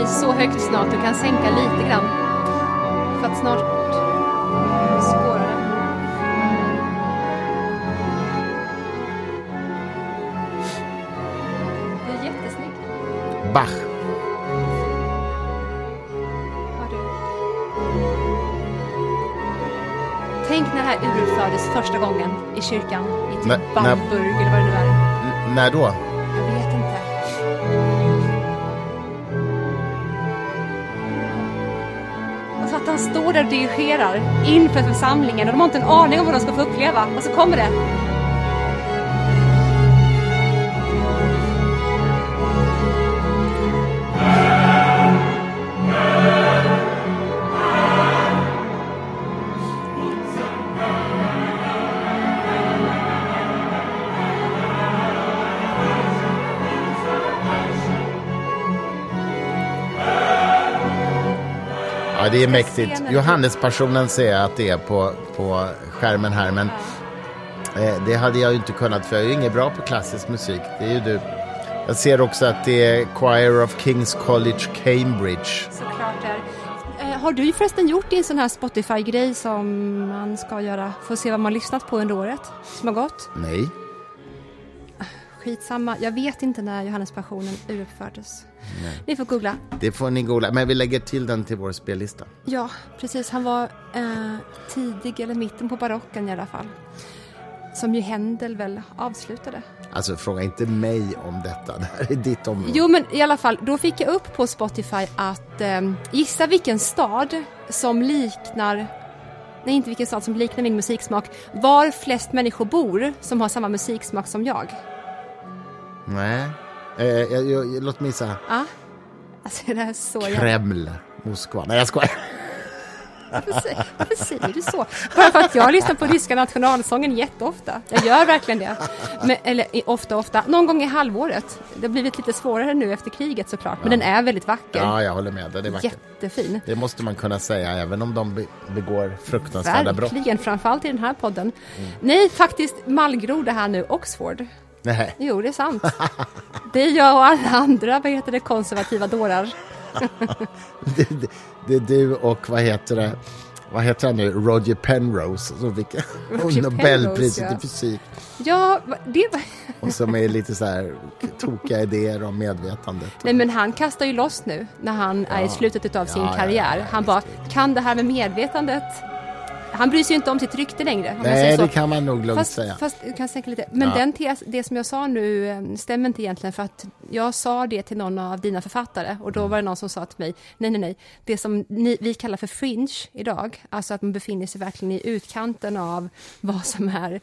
bli så högt snart. Du kan sänka lite grann. För att snart spårar det. Det är jättesnyggt. Bach. Har du? Tänk när det här urfördes första gången i kyrkan. I typ Bamburg eller vad det nu är. När då? Jag vet inte. Och så att han står där och dirigerar inför församlingen. Och de har inte en aning om vad de ska få uppleva. Och så kommer det. Ja, det är mäktigt. Johannespassionen ser jag att det är på skärmen här, men det hade jag ju inte kunnat, för jag är ju inget bra på klassisk musik. Det är ju du. Jag ser också att det är Choir of King's College, Cambridge. Såklart är. Har du förresten gjort en sån här Spotify-grej som man ska göra för att se vad man lyssnat på under året som har gått? Nej. Skitsamma. Jag vet inte när Johannespassionen uruppfördes. Ni får googla. Det får ni googla. Men vi lägger till den till vår spellista. Ja, precis. Han var tidig eller mitten på barocken i alla fall. Som ju Händel väl avslutade. Alltså fråga inte mig om detta. Det här är ditt område. Jo, men i alla fall. Då fick jag upp på Spotify att gissa vilken stad som liknar... Nej, inte vilken stad som liknar min musiksmak. Var flest människor bor som har samma musiksmak som jag. Nej. Låt mig gissa. Ja. Alltså det är så Kreml, Moskva. Nej, jag skojar. Varför säger du så? Bara för att jag lyssnar på ryska nationalsången jätteofta. Jag gör verkligen det. Men, eller ofta. Någon gång i halvåret. Det har blivit lite svårare nu efter kriget såklart. Men den är väldigt vacker. Ja, jag håller med. Den är vacker. Jättefin. Det måste man kunna säga även om de begår fruktansvärda brott. Verkligen, framförallt i den här podden. Nej, faktiskt Malgro det här nu, Oxford. Nej. Jo, det är sant. Det är jag och alla andra, konservativa dårar. Det är du och vad heter han nu? Roger Penrose som fick Nobelpriset i fysik. Ja, det var... Och som är lite så här tokiga idéer om medvetandet. Nej, men han kastar ju loss nu när han är i slutet av sin karriär. Han bara, kan det här med medvetandet... Han bryr sig ju inte om sitt rykte längre. Nej, det kan man nog lugnt säga. Fast kan jag lite. Men det som jag sa nu stämmer inte egentligen, för att jag sa det till någon av dina författare och då var det någon som sa till mig, nej. Det som vi kallar för fringe idag, alltså att man befinner sig verkligen i utkanten av vad som är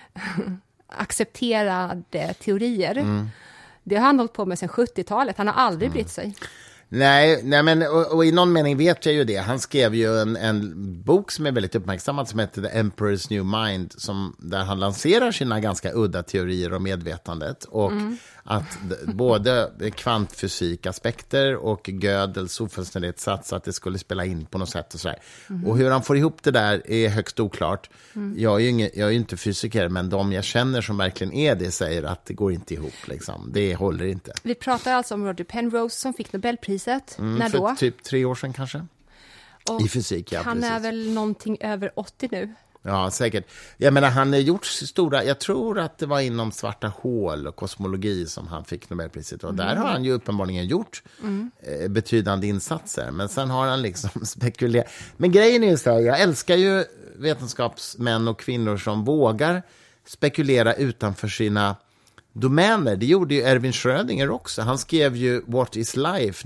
accepterade teorier. Det har han hållit på med sedan 70-talet. Han har aldrig brytt sig. Nej, men och i någon mening vet jag ju det. Han skrev ju en bok som är väldigt uppmärksammad som heter The Emperor's New Mind, där han lanserar sina ganska udda teorier om medvetandet och att både kvantfysikaspekter och Gödels ofullständighetssats att det skulle spela in på något sätt och sådär. Och hur han får ihop det där är högst oklart. Jag är ju inte fysiker, men de jag känner som verkligen är det säger att det går inte ihop liksom. Det håller inte. Vi pratar alltså om Roger Penrose som fick Nobelpriset. När för då? Typ 3 år sedan kanske. Och i fysik, ja, han precis. är väl någonting över 80 nu. Ja, säkert. Jag menar, han har gjort stora... Jag tror att det var inom svarta hål och kosmologi som han fick Nobelpriset. Och där har han ju uppenbarligen gjort betydande insatser. Men sen har han liksom spekulerat. Men grejen är ju så här, jag älskar ju vetenskapsmän och kvinnor som vågar spekulera utanför sina domäner. Det gjorde ju Erwin Schrödinger också. Han skrev ju What is Life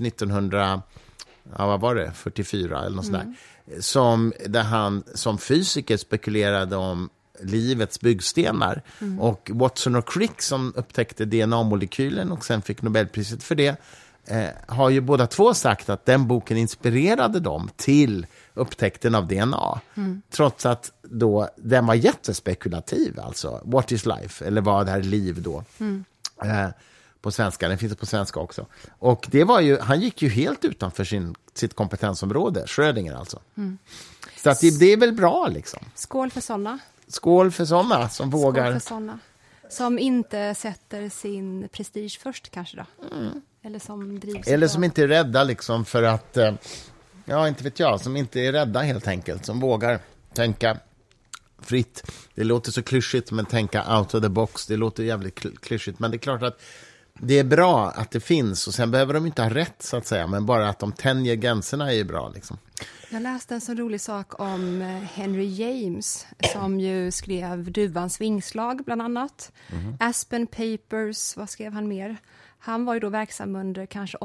1944 eller något sånt där. Där han som fysiker spekulerade om livets byggstenar. Och Watson och Crick som upptäckte DNA-molekylen och sen fick Nobelpriset för det har ju båda två sagt att den boken inspirerade dem till upptäckten av DNA. Trots att då den var jättespekulativ, alltså What is life? Eller vad är liv då? På svenska, den finns på svenska också. Och det var ju, han gick ju helt utanför sitt kompetensområde, Schrödinger alltså. Så att det är väl bra liksom. Skål för sådana. Skål för sådana som vågar. Skål för sådana. Som inte sätter sin prestige först kanske då. Eller som drivs. Eller som inte är rädda liksom för att, inte vet jag, som inte är rädda helt enkelt, som vågar tänka fritt. Det låter så klyschigt, men tänka out of the box, det låter jävligt klyschigt, men det är klart att det är bra att det finns, och sen behöver de inte ha rätt så att säga, men bara att de tänjer gränserna är ju bra liksom. Jag läste en så rolig sak om Henry James som ju skrev Duvans vingslag bland annat. Aspen Papers, vad skrev han mer? Han var ju då verksam under kanske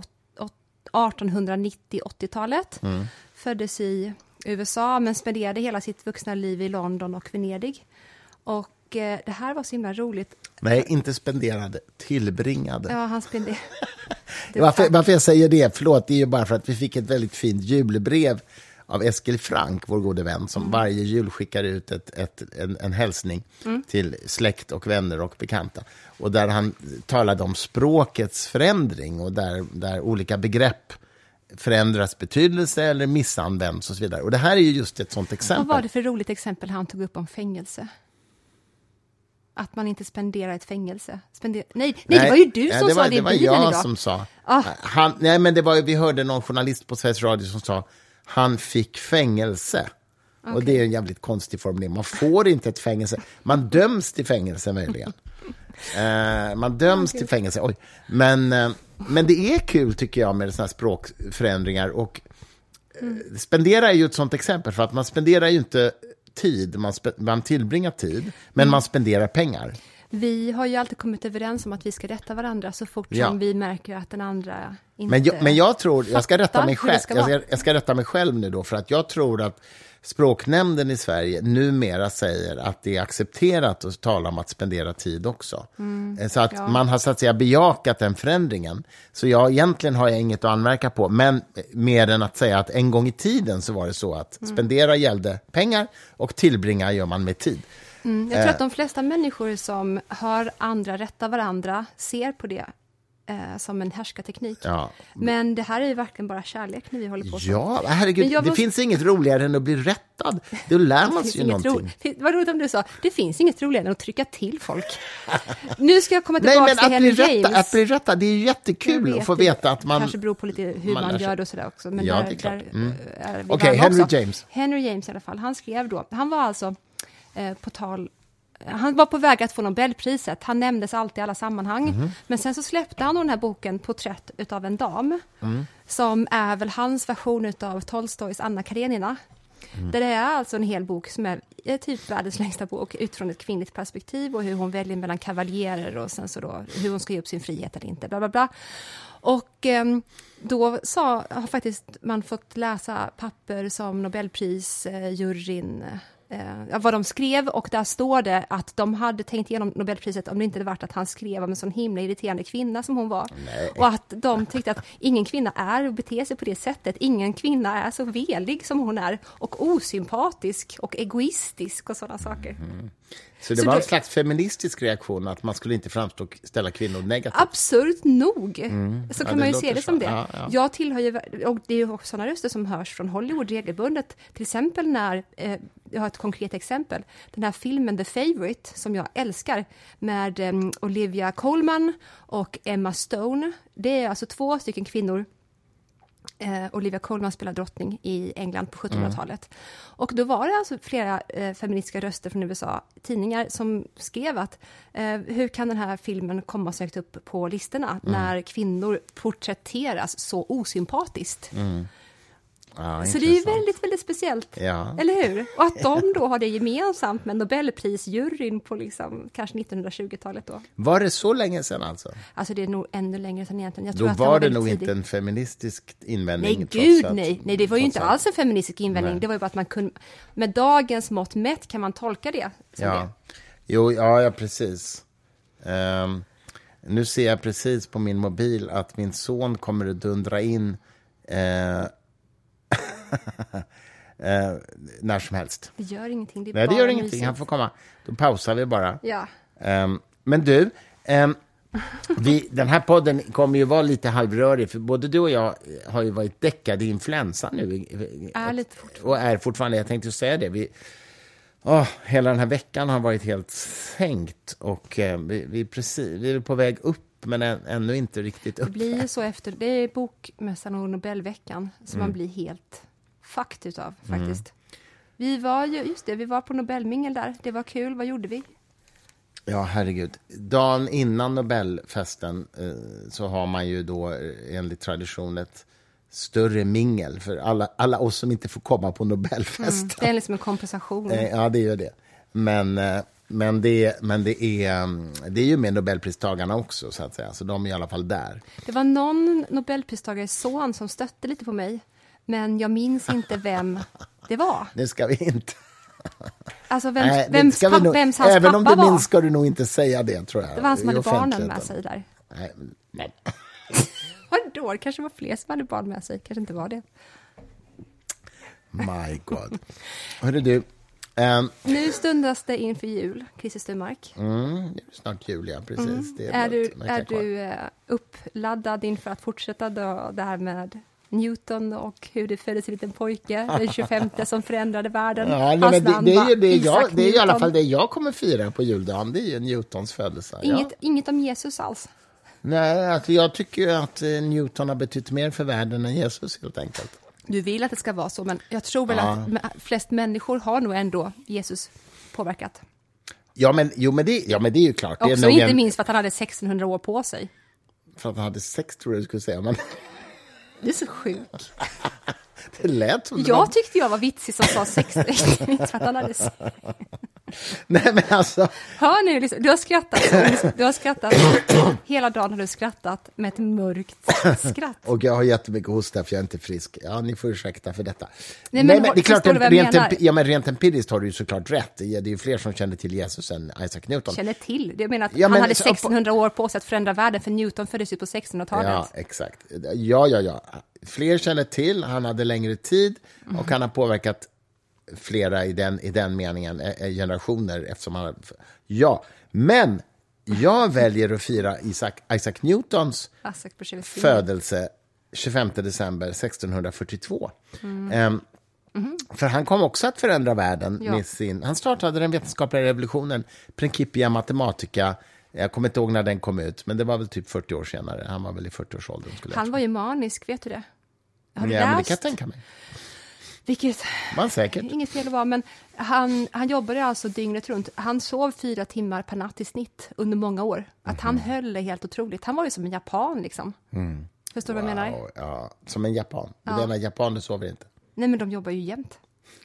1890-80-talet. Föddes i USA men spenderade hela sitt vuxna liv i London och Venedig. Och det här var så himla roligt. Nej, inte spenderade, tillbringade. Ja, han spenderade. Varför jag säger det, förlåt, det är ju bara för att vi fick ett väldigt fint julbrev av Eskil Frank, vår gode vän, som varje jul skickar ut en hälsning till släkt och vänner och bekanta. Och där han talade om språkets förändring och där olika begrepp förändras betydelse eller missanvänds och så vidare. Och det här är ju just ett sånt exempel. Vad var det för roligt exempel han tog upp om fängelse? Att man inte spenderar ett fängelse. Nej, det var ju du som sa det i bilen idag. Det var jag som sa. Vi hörde någon journalist på Sveriges Radio som sa han fick fängelse. Okay. Och det är en jävligt konstig formulering. Man får inte ett fängelse. Man döms till fängelse möjligen. Man döms till fängelse. Oj. Men det är kul tycker jag med såna här språkförändringar. Och spendera är ju ett sånt exempel. För att man spenderar ju inte tid. Man tillbringar tid. Men man spenderar pengar. Vi har ju alltid kommit överens om att vi ska rätta varandra så fort som vi märker att den andra inte men jag tror, jag ska rätta mig själv. Jag ska rätta mig själv nu då, för att jag tror att språknämnden i Sverige numera säger att det är accepterat att tala om att spendera tid också. Så att man har så att säga bejakat den förändringen. Så egentligen har jag inget att anmärka på, men mer än att säga att en gång i tiden så var det så att spendera gällde pengar och tillbringa gör man med tid. Jag tror att de flesta människor som hör andra rätta varandra ser på det som en härskarteknik. Ja. Men det här är ju verkligen bara kärlek när vi håller på så. Ja, herregud, det finns inget roligare än att bli rättad. Då lär man sig ju någonting. Vad roligt om du sa, det finns inget roligare än att trycka till folk. Nu ska jag komma tillbaka till Henry James. Att bli rättad, det är ju jättekul att få veta att man... kanske beror på lite hur man gör det och sådär också. Men ja, det är klart. Okej, Henry James. Henry James i alla fall, han skrev då, han var alltså han var på väg att få Nobelpriset. Han nämndes alltid i alla sammanhang. Men sen så släppte han den här boken Porträtt utav en dam. Som är väl hans version utav Tolstojs Anna Karenina. Där det är alltså en hel bok som är typ världens längsta bok utifrån ett kvinnligt perspektiv. Och hur hon väljer mellan kavaljerer och sen så då hur hon ska ge upp sin frihet eller inte. Bla bla bla. Och då har faktiskt man fått läsa papper som Nobelprisjuryn vad de skrev, och där står det att de hade tänkt igenom Nobelpriset om det inte hade varit att han skrev om en sån himla irriterande kvinna som hon var. Nej. Och att de tyckte att ingen kvinna är och beter sig på det sättet. Ingen kvinna är så velig som hon är och osympatisk och egoistisk och sådana saker. Så det var en slags feministisk reaktion att man skulle inte framstå och ställa kvinnor negativt. Absurt nog. Så kan man ju se det som det. Ja. Jag tillhör ju, och det är ju också sådana röster som hörs från Hollywood regelbundet. Till exempel när, jag har ett konkret exempel, den här filmen The Favourite som jag älskar med Olivia Colman och Emma Stone. Det är alltså 2 stycken kvinnor. Olivia Colman spelade drottning i England på 1700-talet. Och då var det alltså flera feministiska röster från USA, tidningar som skrev att hur kan den här filmen komma så högt upp på listorna när kvinnor porträtteras så osympatiskt. Ja, så det är ju väldigt, väldigt speciellt, eller hur? Och att de då har det gemensamt med Nobelprisjuryn på liksom, kanske 1920-talet då. Var det så länge sedan alltså? Alltså det är nog ännu längre sedan egentligen. Jag då tror att var det nog tidigt. Inte en feministisk invändning. Nej, gud nej, det var ju inte alls en feministisk invändning. Nej. Det var ju bara att man kunde, med dagens mått mätt kan man tolka det som det. Jo, ja, precis. Nu ser jag precis på min mobil att min son kommer att dundra in när som helst. Det gör ingenting. Nej, det gör ingenting. Han får komma. Då pausar vi bara. Ja. Men du, den här podden kommer ju vara lite halvrörig, för både du och jag har ju varit däckade i influensa nu. Och är fortfarande, jag tänkte säga det. Hela den här veckan har varit helt sänkt och vi är på väg upp men ännu inte riktigt upp. Det blir ju så efter, det är bokmässan och Nobelveckan som man blir helt fucked utav faktiskt. Vi var på Nobelmingel där, det var kul, vad gjorde vi? Ja, herregud. Dagen innan Nobelfesten så har man ju då enligt tradition ett större mingel för alla oss som inte får komma på Nobelfesten. Det är liksom en kompensation. Ja, det gör det. Men det är ju med Nobelpristagarna också, så att säga. Så de är i alla fall där. Det var någon Nobelpristagares son som stötte lite på mig. Men jag minns inte vem det var. Det ska vi inte. Alltså vems hans även pappa var. Även om du minns ska du nog inte säga det, tror jag. Det var han som hade barnen med sig där. Nej, men... Vadå? Det kanske var fler som hade barn med sig. Kanske inte var det. My God. Hörru du... Nu stundas det inför jul, Christer Sturmark. Det är snart jul, ja, precis. Det är du uppladdad inför att fortsätta då det här med Newton och hur det föddes en liten pojke, den 25 som förändrade världen? Ja, men det är i alla fall det jag kommer fira på juldagen, det är ju Newtons födelse. Inget om Jesus alls? Nej, alltså jag tycker att Newton har betytt mer för världen än Jesus, helt enkelt. Du vill att det ska vara så, men jag tror väl att flest människor har nog ändå Jesus påverkat. Men det är ju klart. Också det är inte minst för att han hade 1600 år på sig. För att han hade 6, tror jag du skulle säga. Men... Det är så sjukt. Det lät som jag tyckte jag var vitsig som sa 60. För att han hade... Nej, men alltså... Hör nu, liksom, du har skrattat. Hela dagen har du skrattat med ett mörkt skratt. Och jag har jättemycket hosta för jag är inte frisk. Ja, ni får ursäkta för detta. Nej, men det är klart, rent empiriskt har du ju såklart rätt. Det är ju fler som känner till Jesus än Isaac Newton. Känner till? Jag menar att han hade 1600 år på sig att förändra världen, för Newton föddes ju på 1600-talet. Ja, exakt. Ja. Fler känner till, han hade längre tid och han har påverkat flera i den meningen generationer eftersom han... Ja, men jag väljer att fira Isaac Newtons födelse 25 december 1642. För han kom också att förändra världen med sin... Han startade den vetenskapliga revolutionen, Principia Mathematica. Jag kommer inte ihåg när den kom ut, men det var väl typ 40 år senare. Han var väl i 40-årsåldern. Han var ju manisk, vet du det? Men det kan jag tänka mig. Vilket, man säkert. Inget fel att vara, men han jobbade alltså dygnet runt. Han sov 4 timmar per natt i snitt under många år. Att han höll det helt otroligt. Han var ju som en japan liksom. Förstår du vad jag menar? Ja, som en japan. Du menar japaner sover inte? Nej, men de jobbar ju jämt.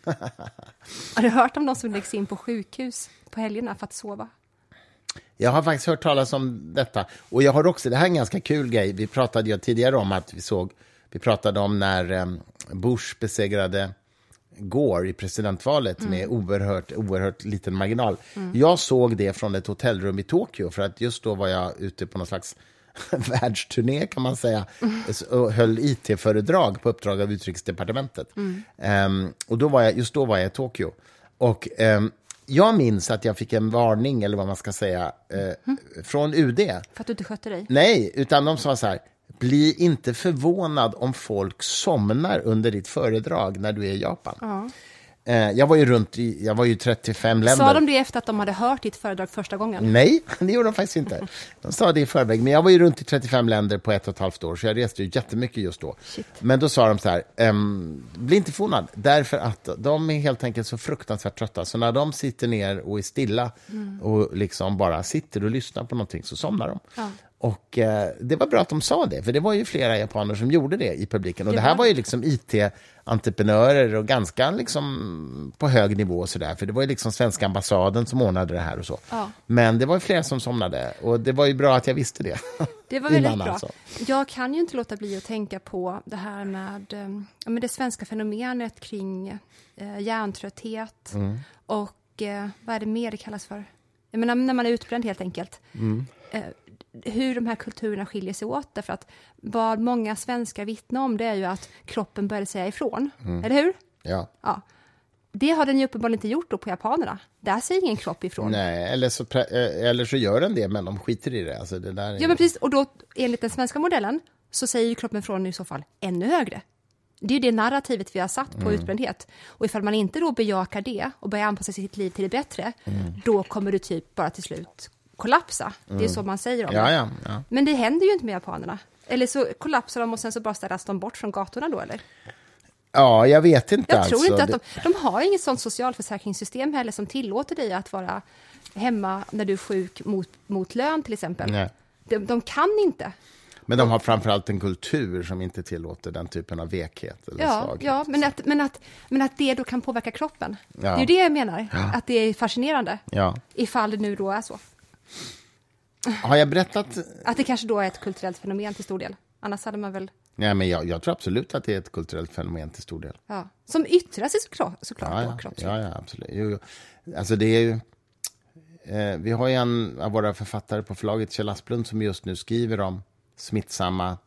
Har du hört om någon som läggs in på sjukhus på helgerna för att sova? Jag har faktiskt hört talas om detta. Och jag har också, det här är en ganska kul grej. Vi pratade ju tidigare om att vi pratade om när Bush besegrade Gore i presidentvalet med oerhört liten marginal. Jag såg det från ett hotellrum i Tokyo, för att just då var jag ute på någon slags världsturné, kan man säga, och höll IT-föredrag på uppdrag av utrikesdepartementet. Och då var jag i Tokyo. Och jag minns att jag fick en varning, eller vad man ska säga, från UD. För att du inte skötte dig? Nej, utan de sa så här: bli inte förvånad om folk somnar under ditt föredrag när du är i Japan. Jag var ju 35 länder. Sa de det efter att de hade hört ditt föredrag första gången? Nej, det gjorde de faktiskt inte. De sa det i förväg, men jag var ju runt i 35 länder på 1,5 år, så jag reste ju jättemycket just då. Shit. Men då sa de så här, bli inte förvånad, därför att de är helt enkelt så fruktansvärt trötta, så när de sitter ner och är stilla och liksom bara sitter och lyssnar på någonting, så somnar de. Ja. Och det var bra att de sa det, för det var ju flera japaner som gjorde det i publiken. Och det här var ju liksom IT-entreprenörer och ganska liksom på hög nivå och sådär. För det var ju liksom svenska ambassaden som ordnade det här och så. Ja. Men det var ju flera som somnade, och det var ju bra att jag visste det. Det var väldigt bra. Alltså. Jag kan ju inte låta bli att tänka på det här med det svenska fenomenet kring hjärntrötthet och vad är det mer det kallas för? Jag menar, när man är utbränd helt enkelt. Hur de här kulturerna skiljer sig åt. Därför att vad många svenskar vittnar om, det är ju att kroppen började säga ifrån. Eller hur? Ja. Det har den ju uppenbarligen inte gjort då på japanerna. Där säger ingen kropp ifrån. Nej, eller så gör den det, men de skiter i det. Alltså, det där är... Ja, men precis. Och då, enligt den svenska modellen, så säger ju kroppen ifrån i så fall ännu högre. Det är ju det narrativet vi har satt på utbrändhet. Och ifall man inte då bejakar det och börjar anpassa sitt liv till det bättre, då kommer du typ bara till slut kollapsa. Det är så man säger om det. Ja. Men det händer ju inte med japanerna. Eller så kollapsar de och sen så bara städas de bort från gatorna då, eller? Ja, jag vet inte. Jag tror inte att de har inget sånt socialförsäkringssystem heller som tillåter dig att vara hemma när du är sjuk mot lön till exempel. Nej. De kan inte. Men de har framförallt en kultur som inte tillåter den typen av vekhet eller svaghet. Ja, men att det då kan påverka kroppen. Ja. Det är ju det jag menar. Ja. Att det är fascinerande. Ja. Ifall det nu då är så. Har jag berättat? Att det kanske då är ett kulturellt fenomen till stor del. Annars hade man väl... Nej, men jag tror absolut att det är ett kulturellt fenomen till stor del. Ja. Som yttrar sig såklart. Ja, absolut. Jo. Alltså det är ju... vi har ju en av våra författare på förlaget, Kjell Asplund, som just nu skriver om smittsamma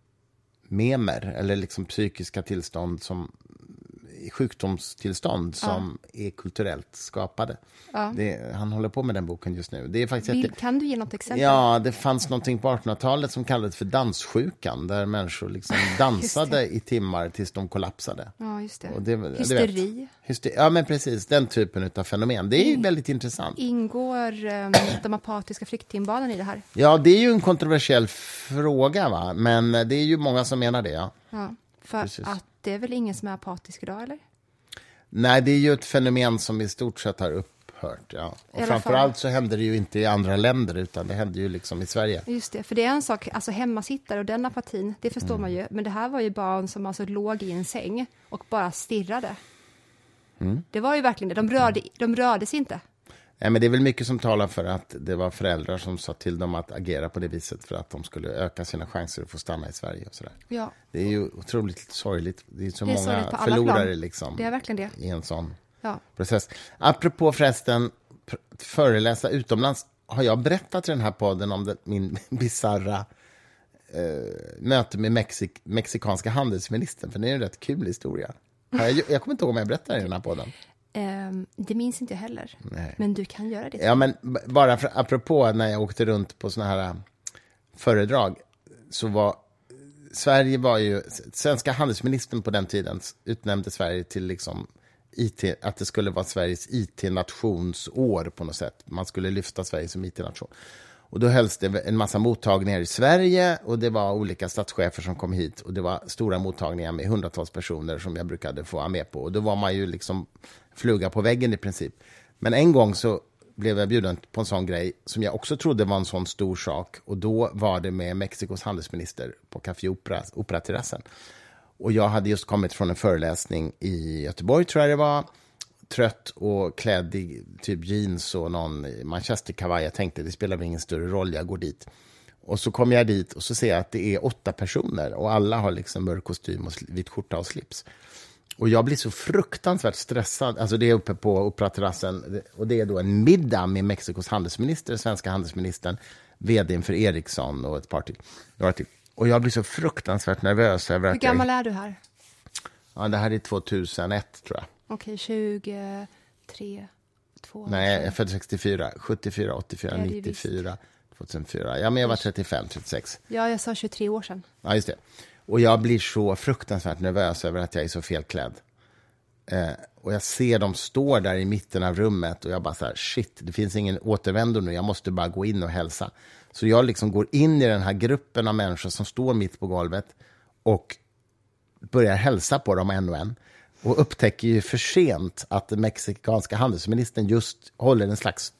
memer eller liksom psykiska tillstånd som sjukdomstillstånd som är kulturellt skapade. Ja. Han håller på med den boken just nu. Det är faktiskt kan du ge något exempel? Ja, det fanns någonting på 1800-talet som kallades för danssjukan, där människor liksom dansade i timmar tills de kollapsade. Ja, just det. Och det hysteri. Ja, men precis. Den typen av fenomen. Det är ju väldigt intressant. Ingår de apatiska flyktingbarnen i det här? Ja, det är ju en kontroversiell fråga, va? Men det är ju många som menar det, ja. Ja, för precis. Att det är väl ingen som är apatisk idag, eller? Nej, det är ju ett fenomen som i stort sett har upphört, ja. Och framförallt så händer det ju inte i andra länder, utan det händer ju liksom i Sverige. Just det, för det är en sak, alltså hemmasittare och den apatin, det förstår man ju. Men det här var ju barn som alltså låg i en säng och bara stirrade. Det var ju verkligen det, de rörde sig inte. Nej, men det är väl mycket som talar för att det var föräldrar som sa till dem att agera på det viset för att de skulle öka sina chanser att få stanna i Sverige och sådär. Ja. Det är ju otroligt sorgligt. Det är så många förlorare liksom, det är verkligen det. I en sån process. Apropå förresten föreläsa utomlands, har jag berättat i den här podden om min bizarra möte med mexikanska handelsministern? För det är en rätt kul historia. Jag kommer inte ihåg om jag berättar i den här podden. Det minns inte jag heller. Nej. Men du kan göra det. Ja, men bara apropå när jag åkte runt på såna här föredrag, så svenska handelsministern på den tiden utnämnde Sverige till liksom att det skulle vara Sveriges IT-nationsår på något sätt. Man skulle lyfta Sverige som IT-nation. Och då hölls det en massa mottagningar i Sverige och det var olika statschefer som kom hit och det var stora mottagningar med hundratals personer som jag brukade få vara med på. Och då var man ju liksom fluga på väggen i princip. Men en gång så blev jag bjuden på en sån grej som jag också trodde var en sån stor sak. Och då var det med Mexikos handelsminister på Café Operaterrassen. Och jag hade just kommit från en föreläsning i Göteborg, tror jag det var. Trött och klädd i typ jeans och någon manchesterkavaj. Jag tänkte, det spelar väl ingen större roll, jag går dit. Och så kommer jag dit och så ser jag att det är 8 personer. Och alla har liksom mörk kostym och vit skjorta och slips. Och jag blir så fruktansvärt stressad. Alltså det är uppe på Operaterrassen. Och det är då en middag med Mexikos handelsminister, svenska handelsministern, vdn för Ericsson och ett par till. Och jag blir så fruktansvärt nervös över att... Hur gammal är du här? Ja, det här är 2001, tror jag. Okej, 23, 2... Nej, jag är född 64, 74, 84, 94, 2004. Ja, men jag var 35, 36. Ja, jag sa 23 år sedan. Ja, just det. Och jag blir så fruktansvärt nervös över att jag är så felklädd. Och jag ser dem stå där i mitten av rummet och jag bara så här, shit, det finns ingen återvändo nu. Jag måste bara gå in och hälsa. Så jag liksom går in i den här gruppen av människor som står mitt på golvet och börjar hälsa på dem en och en. Och upptäcker ju för sent att den mexikanska handelsministern just håller en slags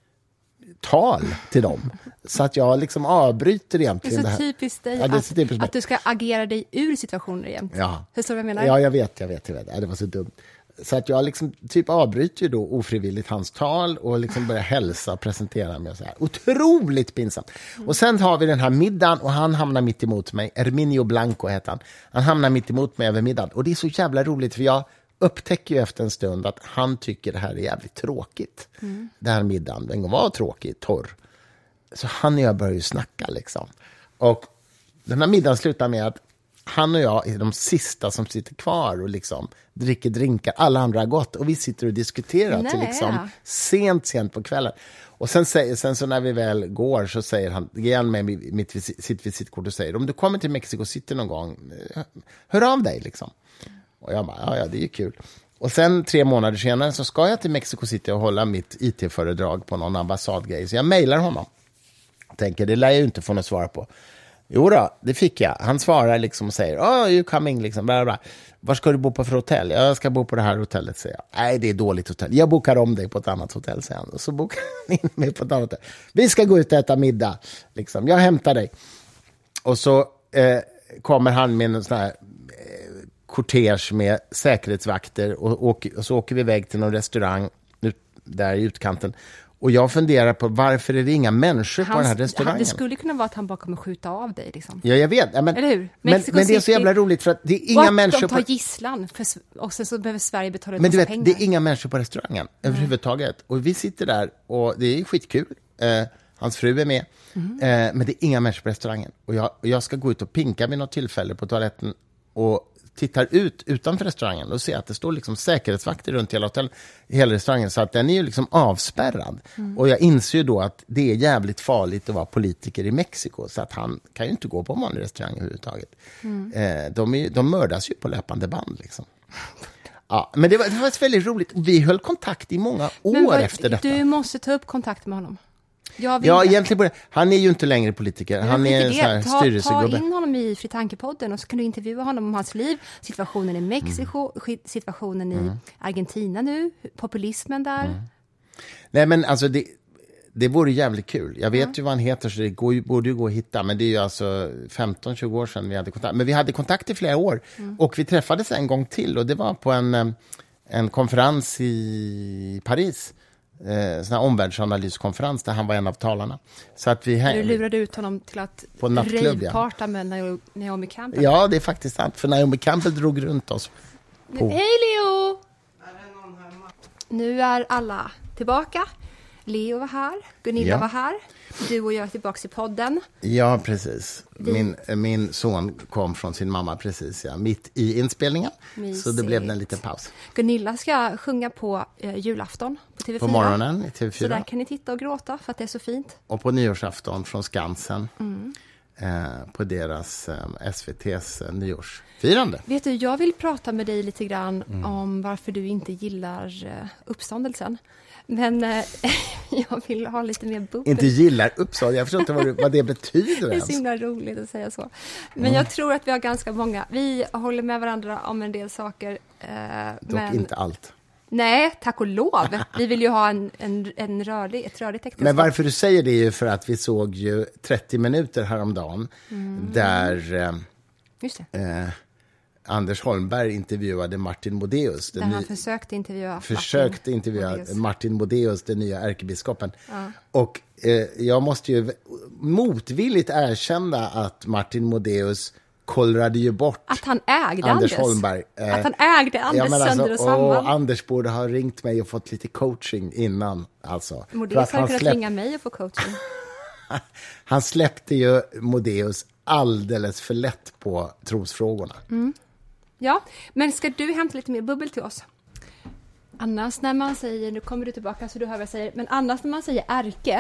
tal till dem. Så att jag liksom avbryter egentligen det här. Det är så typiskt dig att du ska agera dig ur situationer igen. Ja. Förstår du vad jag menar? Ja, jag vet. Ja, det var så dumt. Så att jag liksom typ avbryter ju då ofrivilligt hans tal och liksom börjar hälsa och presentera mig och så här. Otroligt pinsamt. Och sen har vi den här middagen och han hamnar mitt emot mig. Herminio Blanco heter han. Han hamnar mitt emot mig över middagen. Och det är så jävla roligt för jag upptäcker ju efter en stund att han tycker det här är jävligt tråkigt. Den här middagen, den var tråkig, torr. Så han och jag börjar ju snacka liksom. Och den här middagen slutar med att han och jag är de sista som sitter kvar och liksom dricker drinkar. Alla andra har gått och vi sitter och diskuterar till liksom sent på kvällen. Och sen så när vi väl går så säger han, ger han mig sitt visitkort och säger, om du kommer till Mexico City någon gång, hör av dig liksom. Och jag bara, ja det är ju kul. Och sen 3 månader senare så ska jag till Mexico City och hålla mitt IT-föredrag på någon ambassadgrej. Så jag mejlar honom. Tänker, det lär jag ju inte få något svar på. Jo då, det fick jag. Han svarar liksom och säger, you coming, liksom, bla bla. Var ska du bo på för hotell? Jag ska bo på det här hotellet, säger jag. Nej, det är dåligt hotell. Jag bokar om dig på ett annat hotell, säger han. Och så bokar han in mig på ett annat hotell. Vi ska gå ut och äta middag, liksom. Jag hämtar dig. Och så kommer han med en sån här kortege med säkerhetsvakter och så åker vi iväg till någon restaurang där i utkanten. Och jag funderar på varför är det inga människor på den här restaurangen? Det skulle kunna vara att han bara kommer skjuta av dig. Liksom. Ja, jag vet. Ja, men, eller hur? Men det är så jävla roligt för att det är inga människor de tar gisslan och sen så behöver Sverige betala men du vet, pengar. det är inga människor på restaurangen överhuvudtaget. Och vi sitter där och det är skitkul. Hans fru är med. Men det är inga människor på restaurangen. Och jag ska gå ut och pinka vid något tillfälle på toaletten och tittar ut utanför restaurangen och ser att det står liksom säkerhetsvakter runt hela restaurangen, så att den är ju liksom avspärrad. Och jag inser ju då att det är jävligt farligt att vara politiker i Mexiko, så att han kan ju inte gå på en vanlig restaurang överhuvudtaget. De mördas ju på löpande band liksom. Ja, men det var väldigt roligt. Vi höll kontakt i många år efter detta. Du måste ta upp kontakt med honom. Ja, egentligen borde. Han är ju inte längre politiker. Han är en sån här styrelsegubbe. Ta in honom i Fritt Tanke-podden och så kan du intervjua honom om hans liv, situationen i Mexiko, situationen i Argentina nu, populismen där. Nej, men alltså det vore jävligt kul. Jag vet ju vad han heter, så det borde ju gå att hitta. Men det är ju alltså 15-20 år sedan vi hade kontakt. Men vi hade kontakt i flera år. Och vi träffades en gång till. Och det var på en konferens i Paris. Sån här omvärldsanalyskonferens där han var en av talarna. Så att du lurade ut honom till att rejvparta med Naomi Campbell. Ja, det är faktiskt sant. För Naomi Campbell drog runt oss. Hej Leo! Nu är alla tillbaka. Leo var här, Gunilla var här. Du och jag är tillbaka i podden. Ja, precis. Min son kom från sin mamma precis, mitt i inspelningen. Mysigt. Så det blev en liten paus. Gunilla ska sjunga på julafton på TV4. På morgonen i TV4. Så där kan ni titta och gråta för att det är så fint. Och på nyårsafton från Skansen. På deras SVT:s nyårsfirande. Vet du, jag vill prata med dig lite grann om varför du inte gillar uppståndelsen. Men jag vill ha lite mer bubbel. Inte gillar uppståndelse, jag förstår inte vad det betyder. Det är så himla roligt att säga så. Men jag tror att vi har ganska många. Vi håller med varandra om en del saker. Dock inte allt. Nej, tack och lov. Vi vill ju ha ett rörligt äktenskap. Men varför du säger det är ju för att vi såg ju 30 minuter häromdagen där just det. Anders Holmberg intervjuade Martin Modéus. Där han försökte intervjua Martin Modéus, den nya ärkebiskopen. Ja. Och jag måste ju motvilligt erkänna att Martin Modéus kollrade ju bort att han ägde Anders Holmberg. Att han ägde Anders sönder och samman. Anders borde ha ringt mig och fått lite coaching innan. Alltså. Modéus hade kunnat ringa mig och få coaching. Han släppte ju Modéus alldeles för lätt på trosfrågorna. Ja, men ska du hämta lite mer bubbel till oss? Annars när man säger, nu kommer du tillbaka så du hör vad jag säger, men annars när man säger ärke...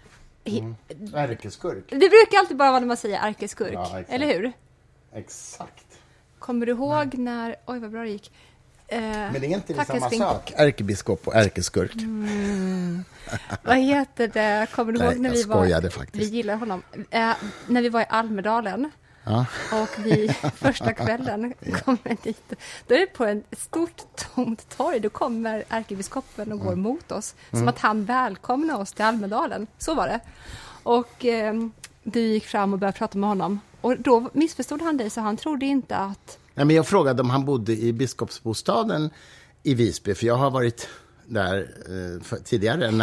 Ärkeskurk. Det brukar alltid bara vara när man säger ärkeskurk, eller hur? Exakt. Kommer du ihåg när... Oj, vad bra det gick. Men det är inte det samma sak, ärkebiskop och ärkeskurk. Vad heter det? Kommer du ihåg när vi skojade faktiskt. Vi gillar honom. När vi var i Almedalen. Ja. Och vi första kvällen kommer dit. Då är det på ett stort tomt torg. Då kommer ärkebiskopen och går mot oss. Som att han välkomnar oss till Almedalen. Så var det. Och du gick fram och började prata med honom. Och då missförstod han dig, så han trodde inte att... Nej, men jag frågade om han bodde i biskopsbostaden i Visby. För jag har varit där tidigare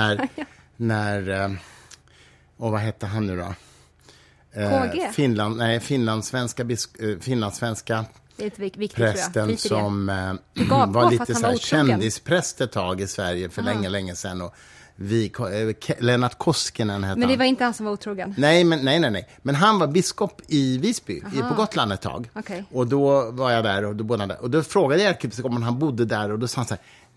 när och vad hette han nu då? KG? Finlandssvenska viktigt, prästen som var lite så här kändispräst ett tag i Sverige för länge sedan. Och Lennart Koskinen hette. Men det var inte han som var otrogen? Nej. Men han var biskop i Visby, på Gotland ett tag. Okay. Och då var jag där och då frågade jag ärkebiskopen om han bodde där, och då sa han så här: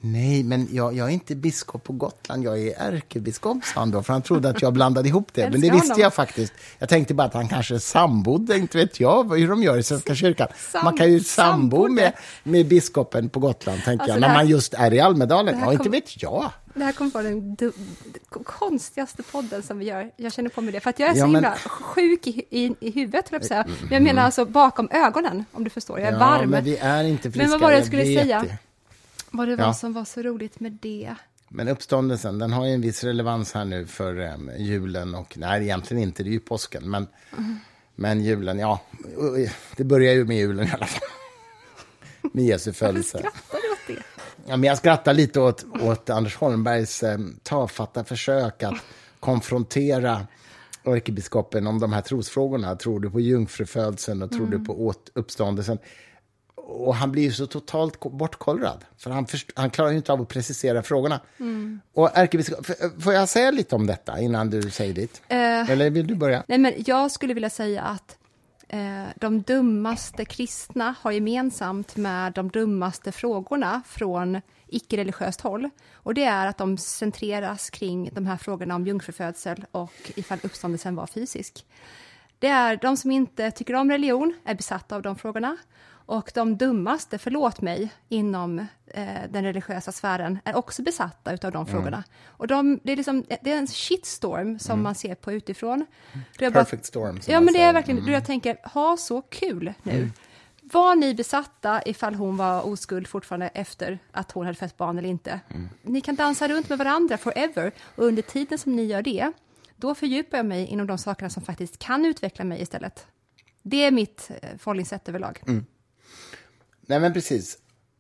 Nej, men jag är inte biskop på Gotland. Jag är ärkebiskop, sa han då. För han trodde att jag blandade ihop det. Men det visste jag faktiskt. Jag tänkte bara att han kanske sambodde. Inte vet jag hur de gör i Svenska kyrkan. Man kan ju sambo med biskopen på Gotland, tänker jag. När man just är i Almedalen. Ja, inte vet jag. Det här kommer vara den konstigaste podden som vi gör. Jag känner på mig det. För att jag är så himla sjuk i huvudet, men jag menar alltså bakom ögonen, om du förstår. Jag är varm. Men vi är inte friska. Men vad var det jag skulle säga? Vad det var som var så roligt med det. Men uppståndelsen, den har ju en viss relevans här nu för julen. Och nej, egentligen inte, det är ju påsken. Men julen, det börjar ju med julen i alla fall. Med Jesu födelse. Varför skrattar du åt det? Ja, men jag skrattar lite åt Anders Holmbergs tafatta försök att konfrontera ärkebiskopen om de här trosfrågorna. Tror du på jungfrufödseln och tror du på uppståndelsen? Och han blir ju så totalt bortkollrad. För han klarar ju inte av att precisera frågorna. Och ärkebiskop, får jag säga lite om detta innan du säger ditt? Eller vill du börja? Nej, men jag skulle vilja säga att de dummaste kristna har gemensamt med de dummaste frågorna från icke-religiöst håll. Och det är att de centreras kring de här frågorna om jungfrufödsel och ifall uppståndelsen var fysisk. Det är de som inte tycker om religion är besatta av de frågorna. Och de dummaste, förlåt mig, inom den religiösa sfären är också besatta av de frågorna. Och det är en shitstorm som man ser på utifrån. Perfect storm. Ja, men det är verkligen, jag tänker, ha så kul nu. Var ni besatta ifall hon var oskuld fortfarande efter att hon hade fött barn eller inte? Ni kan dansa runt med varandra forever. Och under tiden som ni gör det, då fördjupar jag mig inom de sakerna som faktiskt kan utveckla mig istället. Det är mitt förhållningssätt överlag. Nej, men precis.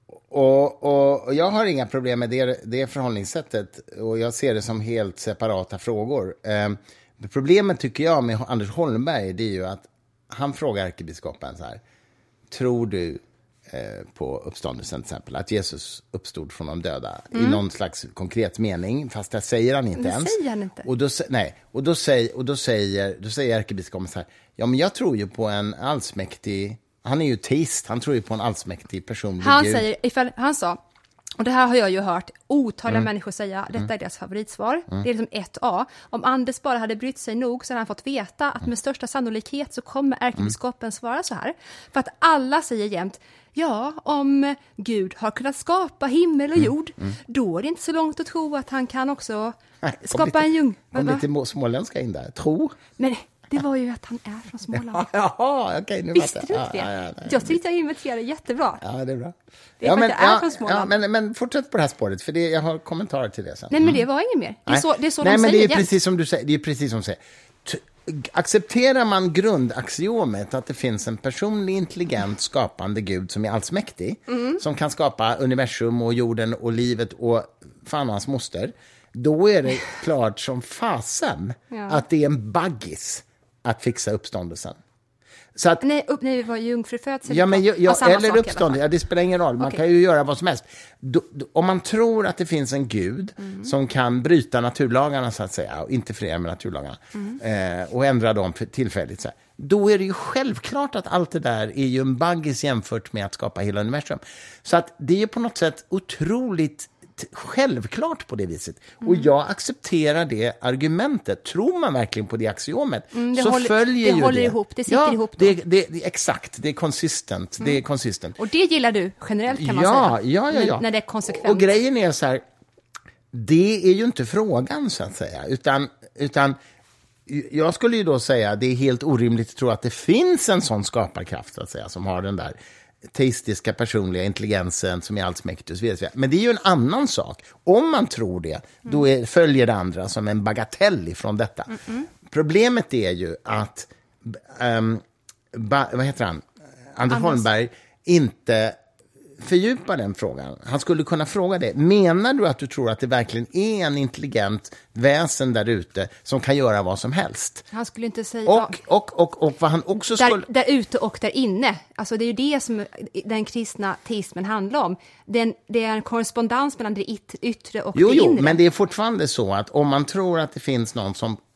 Och jag har inga problem med det förhållningssättet. Och jag ser det som helt separata frågor. Problemet tycker jag med Anders Holmberg, det är ju att han frågar ärkebiskopen så här: tror du på uppståndelsen till exempel, att Jesus uppstod från de döda i någon slags konkret mening, fast det säger han inte ens. Säger han inte. Och då säger ärkebiskopen så här: ja, men jag tror ju på en allsmäktig. Han är ju teist, han tror ju på en allsmäktig personlig Gud. Han sa, och det här har jag ju hört otaliga människor säga, detta är deras favoritsvar. Det är liksom 1A. Om Anders bara hade brytt sig nog så hade han fått veta att med största sannolikhet så kommer ärkebiskopen svara så här. För att alla säger jämt, ja, om Gud har kunnat skapa himmel och jord, då är det inte så långt att tro att han kan också skapa en ljung. Kom lite småländska in där, tro. Men det var ju att han är från Småland. Jaha, okej, nu visste du inte det? Jag tyckte jag inventerade jättebra. Ja, det är bra. Det är jag är från Småland. Men fortsätt på det här spåret, för jag har kommentarer till det sen. Nej, men det var inget mer. Det är så de säger. Men det är precis som du säger. Det är precis som du säger. Accepterar man grundaxiomet att det finns en personlig, intelligent, skapande Gud som är allsmäktig, som kan skapa universum och jorden och livet och fan hans moster, då är det klart som fasen att det är en baggis att fixa uppståndelsen. Så att, nej, det var jungfrufödsel. Ja, men eller uppståndelse, det spelar ingen roll. Man kan ju göra vad som helst. Om man tror att det finns en Gud som kan bryta naturlagarna, så att säga, och interferera med naturlagarna och ändra dem tillfälligt, så här, då är det ju självklart att allt det där är ju en baggis jämfört med att skapa hela universum. Så att det är ju på något sätt otroligt självklart på det viset. Och jag accepterar det argumentet. Tror man verkligen på det axiomet så följer ju det. Det håller ihop, det sitter ihop då. Exakt, det är consistent. Det är consistent. Och det gillar du generellt, kan man säga. Ja. När det är konsekvent. Och grejen är så här, det är ju inte frågan, så att säga. Utan jag skulle ju då säga, det är helt orimligt att tro att det finns en sån skaparkraft, så att säga, som har den där teistiska personliga intelligensen som är allsmäktig och så vidare. Men det är ju en annan sak. Om man tror det, då följer det andra som en bagatell ifrån detta. Problemet är ju att vad heter han? Anders Holmberg inte fördjupa den frågan. Han skulle kunna fråga det. Menar du att du tror att det verkligen är en intelligent väsen där ute som kan göra vad som helst? Han skulle inte säga... Och vad han också skulle... Där ute och där inne. Alltså det är ju det som den kristna teismen handlar om. Det är en korrespondens mellan det yttre och det inre. Jo, men det är fortfarande så att om man tror att det finns någon som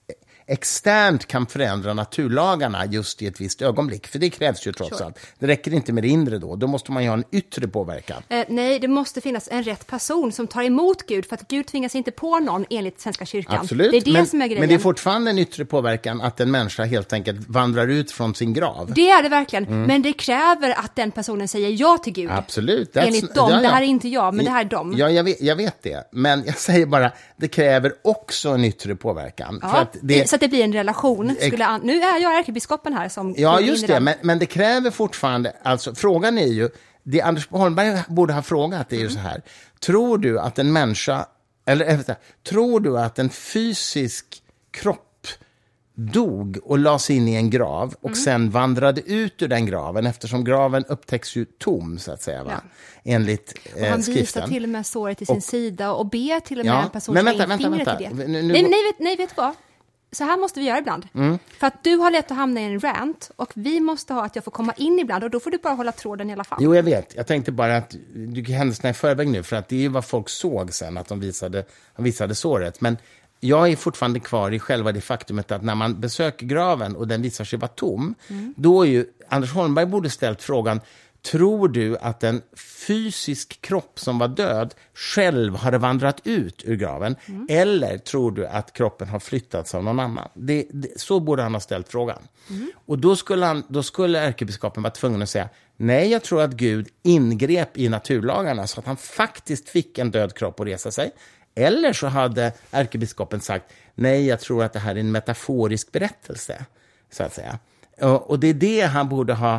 externt kan förändra naturlagarna just i ett visst ögonblick. För det krävs ju trots allt. Det räcker inte med det inre då. Då måste man ju ha en yttre påverkan. Nej, det måste finnas en rätt person som tar emot Gud. För att Gud tvingas inte på någon enligt Svenska kyrkan. Absolut. Det är det som är grejen. Men det är fortfarande en yttre påverkan att en människa helt enkelt vandrar ut från sin grav. Det är det verkligen. Men det kräver att den personen säger ja till Gud. Absolut. Enligt dem. Ja. Det här är inte jag, men det här är dem. Ja, jag vet det. Men jag säger bara, det kräver också en yttre påverkan. Ja, för att så att det blir en relation. Nu är jag ärkebiskopen här som... Ja, just det. Men det kräver fortfarande... Alltså, frågan är ju... Det Anders Holmberg borde ha frågat är ju så här. Tror du att en människa... tror du att en fysisk kropp dog och lades in i en grav och sen vandrade ut ur den graven, eftersom graven upptäcks ju tom, så att säga, va? Enligt och han skriften. visar till och med såret till sin sida och ber till och med en person men som har in fingret i det. Nej, vet du vad? Så här måste vi göra ibland. För att du har lätt att hamna i en rant och vi måste ha att jag får komma in ibland och då får du bara hålla tråden i alla fall. Jo, jag vet. Jag tänkte bara att du kan händelserna i förväg nu, för att det är ju vad folk såg sen, att de visade såret. Men jag är fortfarande kvar i själva det faktumet att när man besöker graven och den visar sig vara tom, då är ju Anders Holmberg borde ställt frågan: tror du att en fysisk kropp som var död själv hade vandrat ut ur graven? Eller tror du att kroppen har flyttats av någon annan? Så borde han ha ställt frågan. Och då skulle ärkebiskopen vara tvungen att säga: nej, jag tror att Gud ingrep i naturlagarna så att han faktiskt fick en död kropp att resa sig. Eller så hade ärkebiskopen sagt: nej, jag tror att det här är en metaforisk berättelse, så att säga. Och det är det han borde ha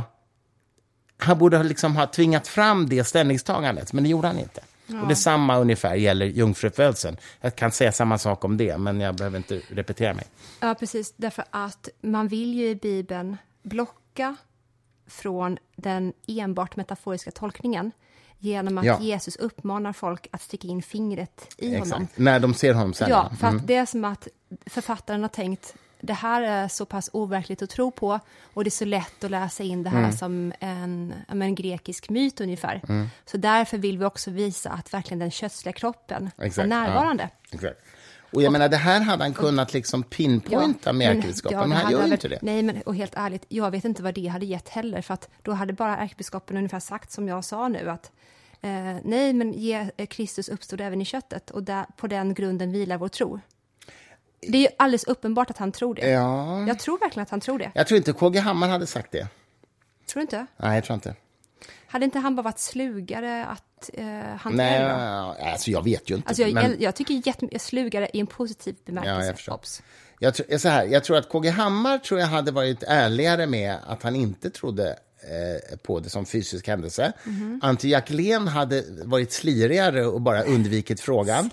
liksom ha tvingat fram det ställningstagandet, men det gjorde han inte. Ja. Och det samma ungefär gäller jungfrufödseln. Jag kan säga samma sak om det, men jag behöver inte repetera mig. Ja, precis. Därför att man vill ju i Bibeln blocka från den enbart metaforiska tolkningen genom att Jesus uppmanar folk att sticka in fingret i honom. När de ser honom sen. Ja, för att det är som att författaren har tänkt: det här är så pass overkligt att tro på och det är så lätt att läsa in det här som en grekisk myt ungefär. Så därför vill vi också visa att verkligen den kötsliga kroppen är närvarande. Ja, exakt. Och jag menar, det här hade han kunnat liksom pinpointa med ärkebiskopen, men han gör inte det. Nej, men och helt ärligt, jag vet inte vad det hade gett heller, för att då hade bara ärkebiskopen ungefär sagt som jag sa nu, att nej, men Kristus uppstod även i köttet och på den grunden vilar vår tro. Det är ju alldeles uppenbart att han tror det. Ja. Jag tror verkligen att han tror det. Jag tror inte KG Hammar hade sagt det. Tror du inte? Nej, jag tror inte. Hade inte han bara varit slugare att hantera? Nej, alltså jag vet ju inte. Alltså jag tycker slugare i en positiv bemärkelse. Ja, jag förstår. Jag tror att KG Hammar hade varit ärligare med att han inte trodde på det som fysisk händelse. Antti Jackelén hade varit slirigare och bara undvikit frågan.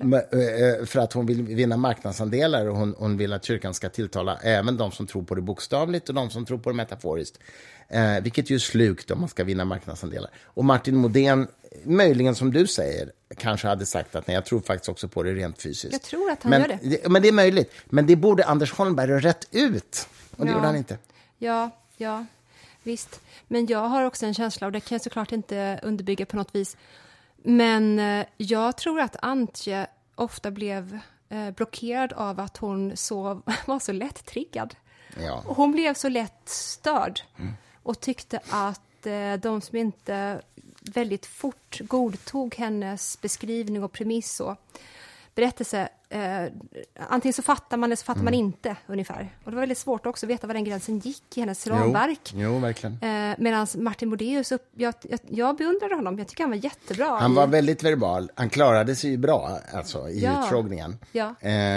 För att hon vill vinna marknadsandelar och hon vill att kyrkan ska tilltala även de som tror på det bokstavligt och de som tror på det metaforiskt. Vilket ju är slukt om man ska vinna marknadsandelar. Och Martin Modén, möjligen som du säger, kanske hade sagt att nej, jag tror faktiskt också på det rent fysiskt. Jag tror att han gör det. Men det är möjligt. Men det borde Anders Holmberg ha rätt ut. Och det gjorde han inte. Ja. Visst, men jag har också en känsla, och det kan jag såklart inte underbygga på något vis, men jag tror att Antje ofta blev blockerad av att hon var så lätt triggad. Ja. Hon blev så lätt störd och tyckte att de som inte väldigt fort godtog hennes beskrivning och premiss och berättelse, antingen så fattar man eller så fattar man inte ungefär. Och det var väldigt svårt också att veta var den gränsen gick i hennes ramverk. Jo, verkligen. Medan Martin Modéus, jag beundrade honom. Jag tycker han var jättebra. Han var väldigt verbal. Han klarade sig ju bra alltså, i utfrågningen. Ja.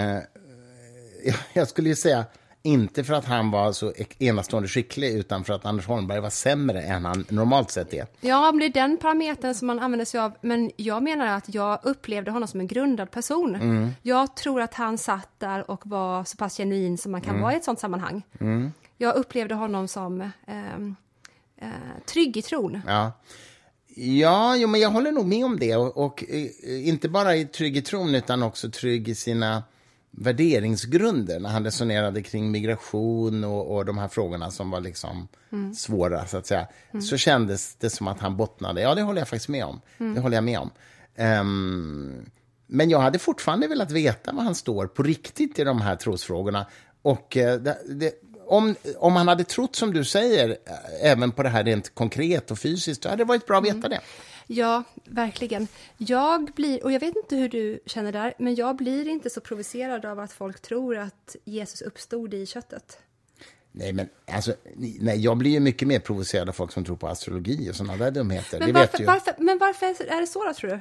Jag skulle ju säga, inte för att han var så enastående skicklig, utan för att Anders Holmberg var sämre än han normalt sett är. Ja, men det är den parametern som man använder sig av. Men jag menar att jag upplevde honom som en grundad person. Jag tror att han satt där och var så pass genuin som man kan vara i ett sånt sammanhang. Jag upplevde honom som trygg i tron. Ja, men jag håller nog med om det. Och inte bara trygg i tron, utan också trygg i sina värderingsgrunder när han resonerade kring migration och de här frågorna som var liksom svåra, så att säga. Så kändes det som att han bottnade. Ja, det håller jag faktiskt med om. Det håller jag med om. Men jag hade fortfarande velat veta vad han står på riktigt i de här trosfrågorna. Och om han hade trott som du säger, även på det här rent konkret och fysiskt, då hade det varit bra att veta det. Ja, verkligen. Jag vet inte hur du känner där, men jag blir inte så provocerad av att folk tror att Jesus uppstod i köttet. Nej, men alltså, jag blir ju mycket mer provocerad av folk som tror på astrologi och sådana där dumheter. Men varför är det så då, tror du?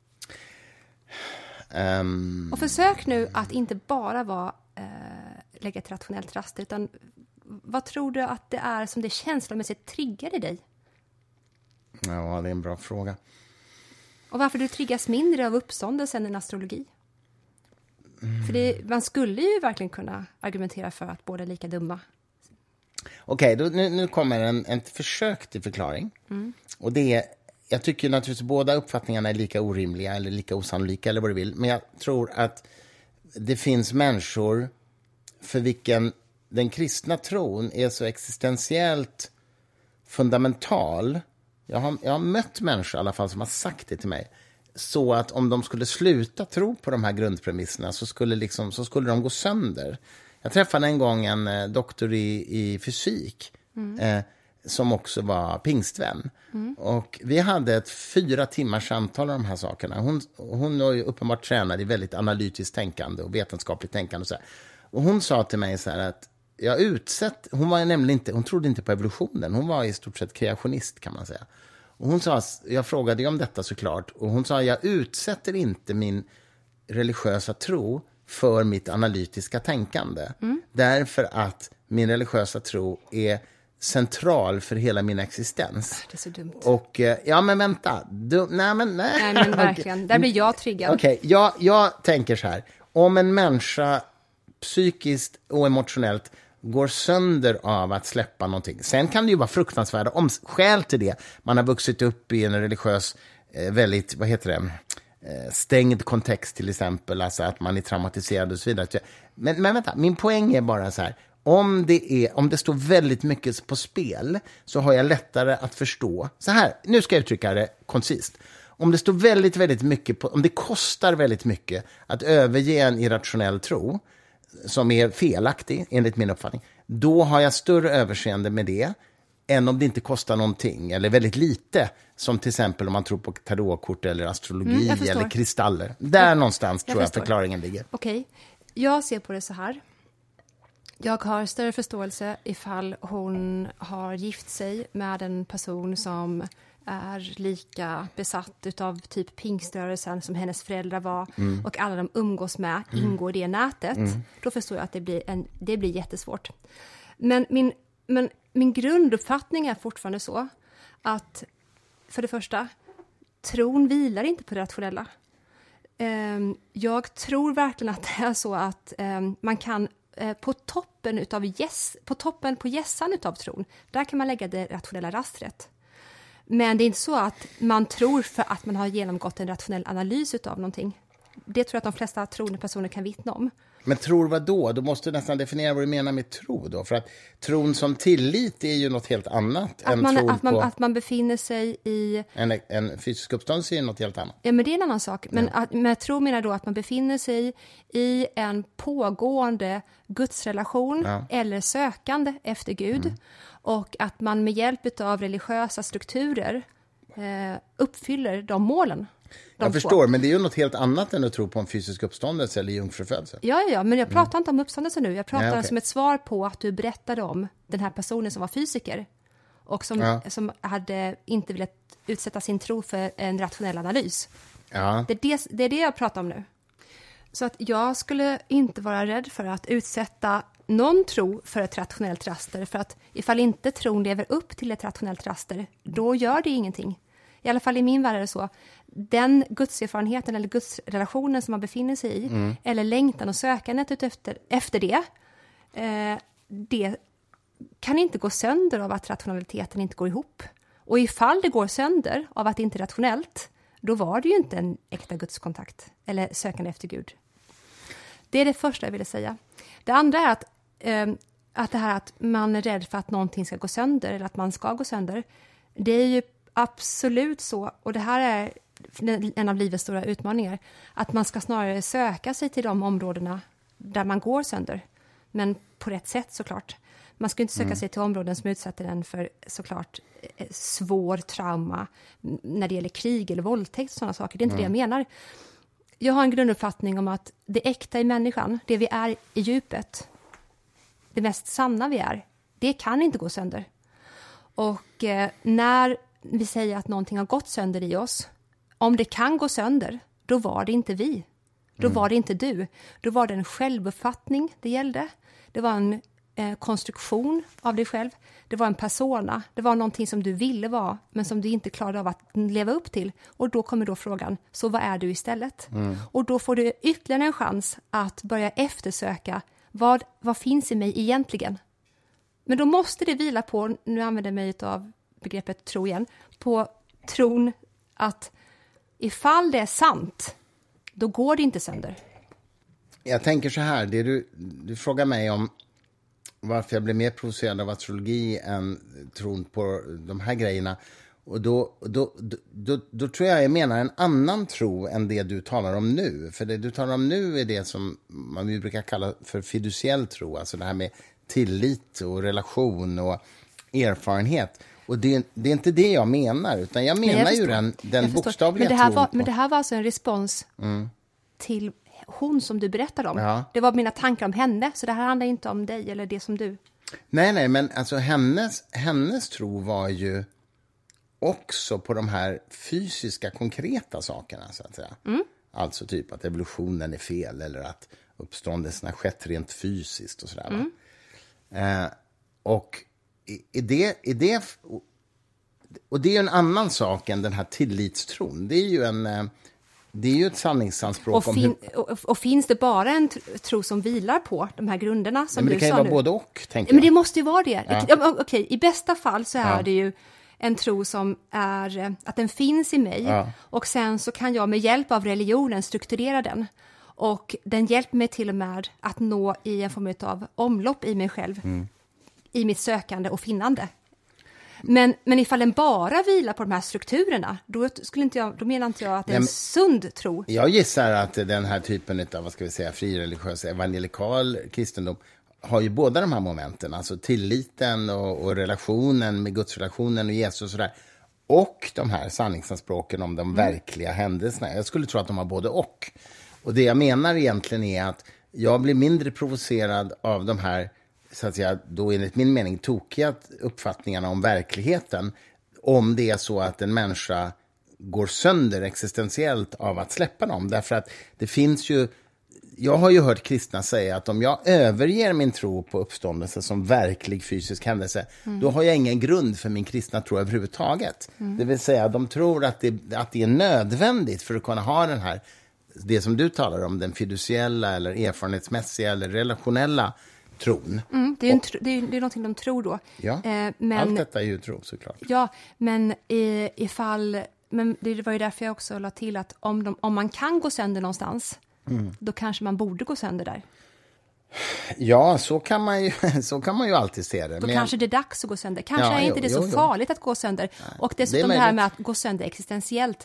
Och försök nu att inte bara lägga ett rationellt raster, utan vad tror du att det är som det känslomässigt triggar i dig? Ja, det är en bra fråga. Och varför du triggas mindre av uppståndelsen än astrologi? För man skulle ju verkligen kunna argumentera för att båda är lika dumma. Okej, nu kommer ett försök till förklaring. Och det är, jag tycker naturligtvis båda uppfattningarna är lika orimliga eller lika osannolika eller vad du vill. Men jag tror att det finns människor för vilken den kristna tron är så existentiellt fundamental. Jag har mött människor i alla fall som har sagt det till mig. Så att om de skulle sluta tro på de här grundpremisserna så skulle de gå sönder. Jag träffade en gång en doktor i fysik som också var pingstvän. Och vi hade ett 4 timmars samtal om de här sakerna. Hon var ju uppenbart tränad i väldigt analytiskt tänkande och vetenskapligt tänkande. Och så här. Och hon sa till mig så här att hon trodde inte på evolutionen. Hon var i stort sett kreationist, kan man säga. Och hon sa, jag frågade om detta såklart. Och hon sa, jag utsätter inte min religiösa tro för mitt analytiska tänkande. Därför att min religiösa tro är central för hela min existens. Det är så dumt. Och ja, men vänta. Nej, men verkligen. Okay. Där blir jag triggad. Okej, jag tänker så här. Om en människa psykiskt och emotionellt går sönder av att släppa någonting. Sen kan det ju vara fruktansvärda skäl till det. Man har vuxit upp i en religiös, väldigt, stängd kontext till exempel. Alltså att man är traumatiserad och så vidare. Men vänta, min poäng är bara så här. Om det står väldigt mycket på spel så har jag lättare att förstå. Så här, nu ska jag uttrycka det koncist. Om det står väldigt, väldigt mycket om det kostar väldigt mycket att överge en irrationell tro som är felaktig enligt min uppfattning, då har jag större överseende med det än om det inte kostar någonting eller väldigt lite, som till exempel om man tror på tarotkort eller astrologi eller kristaller. Där någonstans tror jag förklaringen ligger. Okej, jag ser på det så här. Jag har större förståelse ifall hon har gift sig med en person som är lika besatt utav typ pingströrelsen som hennes föräldrar var och alla de umgås med ingår i det nätet. Då förstår jag att det blir jättesvårt. Men min grunduppfattning är fortfarande så att för det första, tron vilar inte på det rationella. Jag tror verkligen att det är så att man kan på toppen på gässan utav tron, där kan man lägga det rationella rastret. Men det är inte så att man tror för att man har genomgått en rationell analys utav någonting. Det tror jag att de flesta troende personer kan vittna om. Men tror vad då? Du måste nästan definiera vad du menar med tro då. För att tron som tillit är ju något helt annat att man befinner sig i... En fysisk uppståndelse är något helt annat. Ja, men det är en annan sak. Men tro menar då att man befinner sig i en pågående gudsrelation eller sökande efter Gud. Och att man med hjälp av religiösa strukturer uppfyller de målen. Jag förstår, men det är ju något helt annat än att tro på en fysisk uppståndelse eller jungfrufödelse. Ja, men jag pratar inte om uppståndelse nu. Jag pratar som ett svar på att du berättade om den här personen som var fysiker och som hade inte velat utsätta sin tro för en rationell analys. Ja. Det är det jag pratar om nu. Så att jag skulle inte vara rädd för att utsätta någon tro för ett rationellt raster, för att ifall inte tron lever upp till ett rationellt raster, då gör det ingenting. I alla fall i min värld är det så. Den gudserfarenheten eller gudsrelationen som man befinner sig i, eller längtan och sökandet efter det kan inte gå sönder av att rationaliteten inte går ihop. Och ifall det går sönder av att det inte är rationellt, då var det ju inte en äkta gudskontakt eller sökande efter Gud. Det är det första jag ville säga. Det andra är att det här att man är rädd för att någonting ska gå sönder eller att man ska gå sönder, det är ju absolut så, och det här är en av livets stora utmaningar, att man ska snarare söka sig till de områdena där man går sönder. men på rätt sätt såklart. Man ska inte söka sig till områden som utsätter den för såklart svår trauma när det gäller krig eller våldtäkt och sådana saker. Det är inte det jag menar. Jag har en grunduppfattning om att det äkta i människan, det vi är i djupet, det mest sanna vi är, det kan inte gå sönder. Och när vi säger att någonting har gått sönder i oss, om det kan gå sönder, då var det inte vi. Då var det inte du. Då var det en självuppfattning det gällde. Det var en konstruktion av dig själv. Det var en persona. Det var någonting som du ville vara, men som du inte klarade av att leva upp till. Och då kommer då frågan, så vad är du istället? Och då får du ytterligare en chans att börja eftersöka, vad finns i mig egentligen? Men då måste det vila på, nu använder jag mig av begreppet tro igen, på tron att ifall det är sant, då går det inte sönder. Jag tänker så här, du frågar mig om varför jag blev mer provocerad av astrologi än tron på de här grejerna. Och då tror jag menar en annan tro än det du talar om nu. För det du talar om nu är det som man brukar kalla för fiduciell tro. Alltså det här med tillit och relation och erfarenhet. Och det är inte det jag menar, utan jag menar ju den bokstavliga tron. Men det här var alltså en respons till hon som du berättade om. Ja. Det var mina tankar om henne, så det här handlar inte om dig eller det som du... Nej, men alltså hennes tro var ju också på de här fysiska, konkreta sakerna, så att säga. Alltså typ att evolutionen är fel eller att uppståndelsen har skett rent fysiskt och sådär. Och och det är ju en annan sak än den här tillitstron. Det är ju ett sanningsanspråk och finns det bara en tro som vilar på de här grunderna som men det du kan ju sa vara nu? både och, tänker jag. Men det måste ju vara det. Ja. Okej, i bästa fall så är det ju en tro som är att den finns i mig. Ja. Och sen så kan jag med hjälp av religionen strukturera den. Och den hjälper mig till och med att nå i en form av omlopp i mig själv. I mitt sökande och finnande. Men ifall den bara vilar på de här strukturerna, då menar inte jag att det är en sund tro. Jag gissar att den här typen av, vad ska vi säga, frireligiös evangelikal kristendom har ju båda de här momenten, alltså tilliten och relationen med gudsrelationen och Jesus och sådär, och de här sanningsanspråken om de verkliga händelserna. Jag skulle tro att de har både och. Och det jag menar egentligen är att jag blir mindre provocerad av de här, så att säga, då enligt min mening tokiga uppfattningarna om verkligheten, om det är så att en människa går sönder existentiellt av att släppa dem. Därför att det finns ju, jag har ju hört kristna säga att om jag överger min tro på uppståndelse som verklig fysisk händelse, då har jag ingen grund för min kristna tro överhuvudtaget. Det vill säga, de tror att det är nödvändigt för att kunna ha den här, det som du talar om, den fiduciella eller erfarenhetsmässiga eller relationella tron. Det är någonting de tror då. Ja, allt detta är ju tro såklart. Ja, men men det var ju därför jag också la till att om man kan gå sönder någonstans, då kanske man borde gå sönder där. Ja, så kan man ju alltid se det. Då kanske det är dags att gå sönder. Kanske är inte det så farligt att gå sönder. Nej, och dessutom det här med att gå sönder existentiellt.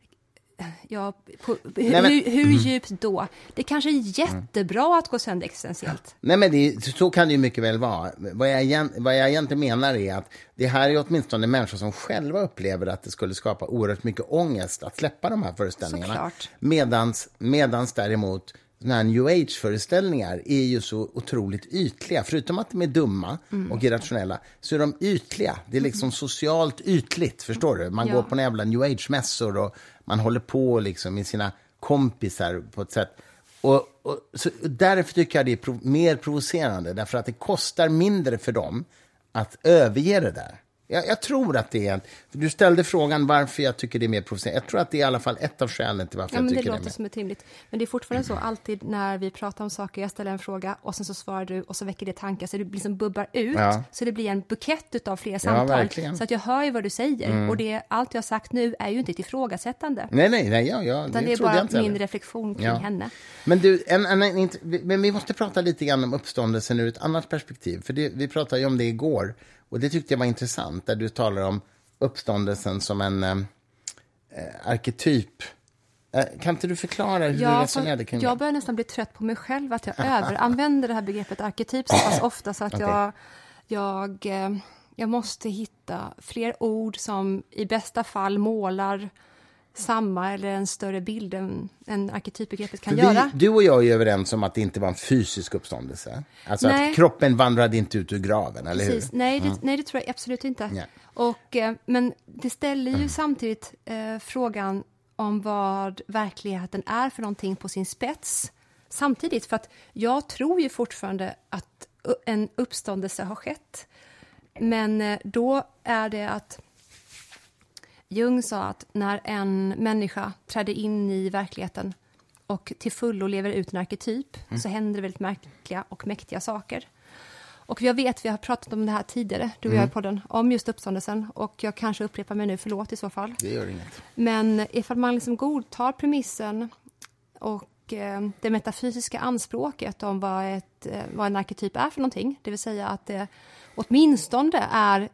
Ja, hur djupt då? Det kanske är jättebra att gå sönder existentiellt. Nej, men så kan det ju mycket väl vara. Vad jag egentligen menar är att det här är åtminstone människor som själva upplever att det skulle skapa oerhört mycket ångest att släppa de här föreställningarna. Medans däremot såna här New Age-föreställningar är ju så otroligt ytliga. Förutom att de är dumma och irrationella, så är de ytliga. Det är liksom socialt ytligt, förstår du? Man går på en jävla New Age-mässor och man håller på liksom med sina kompisar på ett sätt. Och så därför tycker jag det är mer provocerande. Därför att det kostar mindre för dem att överge det där. Jag tror att det är... Du ställde frågan varför jag tycker det är mer provocerande. Jag tror att det är i alla fall ett av skälen till varför jag tycker det är mer. Det låter som ett rimligt. Men det är fortfarande så, alltid när vi pratar om saker, jag ställer en fråga och sen så svarar du och så väcker det tankar så det liksom bubbar ut. Ja. Så det blir en bukett av fler samtal. Ja, så att jag hör ju vad du säger. Och allt jag har sagt nu är ju inte ett ifrågasättande. Nej, utan det är bara min reflektion kring henne. Men du, men vi måste prata lite grann om uppståndelsen ur ett annat perspektiv. För vi pratade ju om det igår. Och det tyckte jag var intressant, där du talar om uppståndelsen som en arketyp Kan inte du förklara hur du resonerade kring det? Jag börjar nästan bli trött på mig själv att jag överanvänder det här begreppet arketyp så pass ofta så att jag måste hitta fler ord som i bästa fall målar samma eller en större bild än arketypbegreppet kan göra. Du och jag är överens om att det inte var en fysisk uppståndelse. Alltså att kroppen vandrade inte ut ur graven, eller hur? Nej, det tror jag absolut inte. Yeah. Men det ställer ju samtidigt frågan om vad verkligheten är för någonting på sin spets. Samtidigt, för att jag tror ju fortfarande att en uppståndelse har skett. Men då är det att Jung sa att när en människa träder in i verkligheten och till fullo lever ut en arketyp så händer det väldigt märkliga och mäktiga saker. Och vi har pratat om det här tidigare, du och jag i podden, om just uppståndelsen. Och jag kanske upprepar mig nu, förlåt i så fall. Det gör inget. Men ifall man liksom godtar premissen och det metafysiska anspråket om vad en arketyp är för någonting, det vill säga att det åtminstone är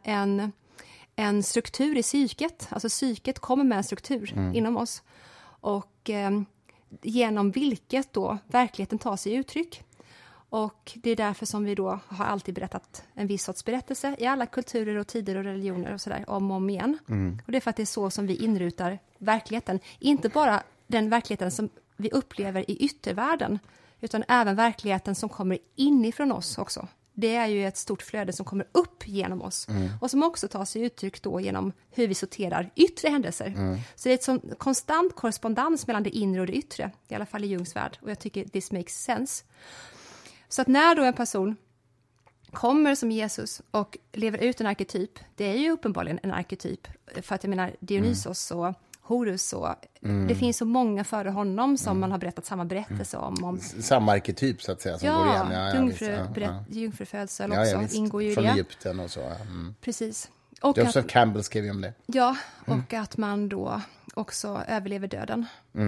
en struktur i psyket. Alltså psyket kommer med en struktur inom oss. Och genom vilket då verkligheten tar sig uttryck. Och det är därför som vi då har alltid berättat en viss sorts berättelse i alla kulturer och tider och religioner och sådär om och om igen. Och det är för att det är så som vi inrutar verkligheten. Inte bara den verkligheten som vi upplever i yttervärlden utan även verkligheten som kommer inifrån oss också. Det är ju ett stort flöde som kommer upp genom oss och som också tar sig uttryck då genom hur vi sorterar yttre händelser. Så det är ett sån konstant korrespondens mellan det inre och det yttre, i alla fall i Jungs värld. Och jag tycker this makes sense. Så att när då en person kommer som Jesus och lever ut en arketyp, det är ju uppenbarligen en arketyp. För att jag menar Dionysos och Horus och det finns så många före honom som man har berättat samma berättelse om. Samma arketyp så att säga som går igen. Jungfrufödsel också ingår ju i det. Från Egypten och så. Precis. Och Joseph Campbell skrev ju om det. Ja, och att man då också överlever döden.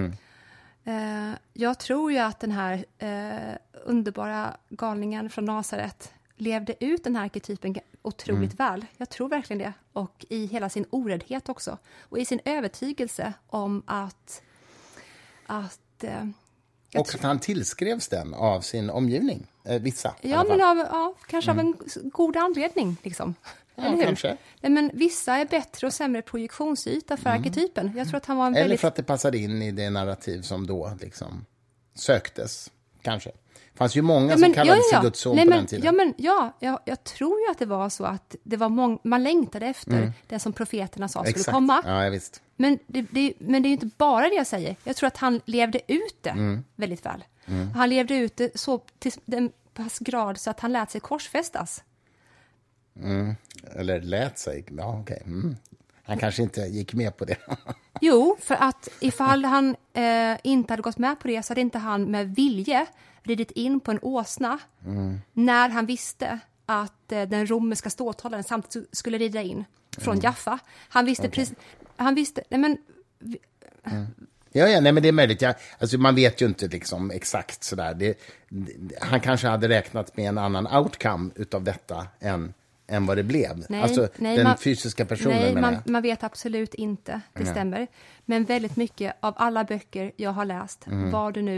Jag tror ju att den här underbara galningen från Nasaret levde ut den här arketypen otroligt väl. Jag tror verkligen det. Och i hela sin oräddhet också. Och i sin övertygelse om att och att han tillskrevs den av sin omgivning, vissa. Ja, men kanske av en god anledning liksom. Ja, kanske. Nej, men vissa är bättre och sämre projektionsyta för arketypen. Jag tror att han var Eller för att det passade in i det narrativ som då liksom söktes, kanske. Det fanns ju många som kallade sig Guds son på den tiden. Jag tror ju att det var så att det var man längtade efter det som profeterna sa skulle komma. Ja, visst. Men det är ju inte bara det jag säger. Jag tror att han levde ut det väldigt väl. Han levde ut det så till den pass grad så att han lät sig korsfästas. Eller lät sig. Ja, okej. Han kanske inte gick med på det. Jo, för att ifall han inte hade gått med på det så hade inte han med vilje ridit in på en åsna när han visste att den romerska ståthållaren samtidigt skulle rida in från Jaffa. Han visste precis... Han visste... Nej, men... Ja, nej, men det är möjligt. Alltså, man vet ju inte liksom exakt sådär. Han kanske hade räknat med en annan outcome utav detta än vad det blev. Den fysiska personen. Man vet absolut inte, det stämmer. Men väldigt mycket av alla böcker jag har läst, vad du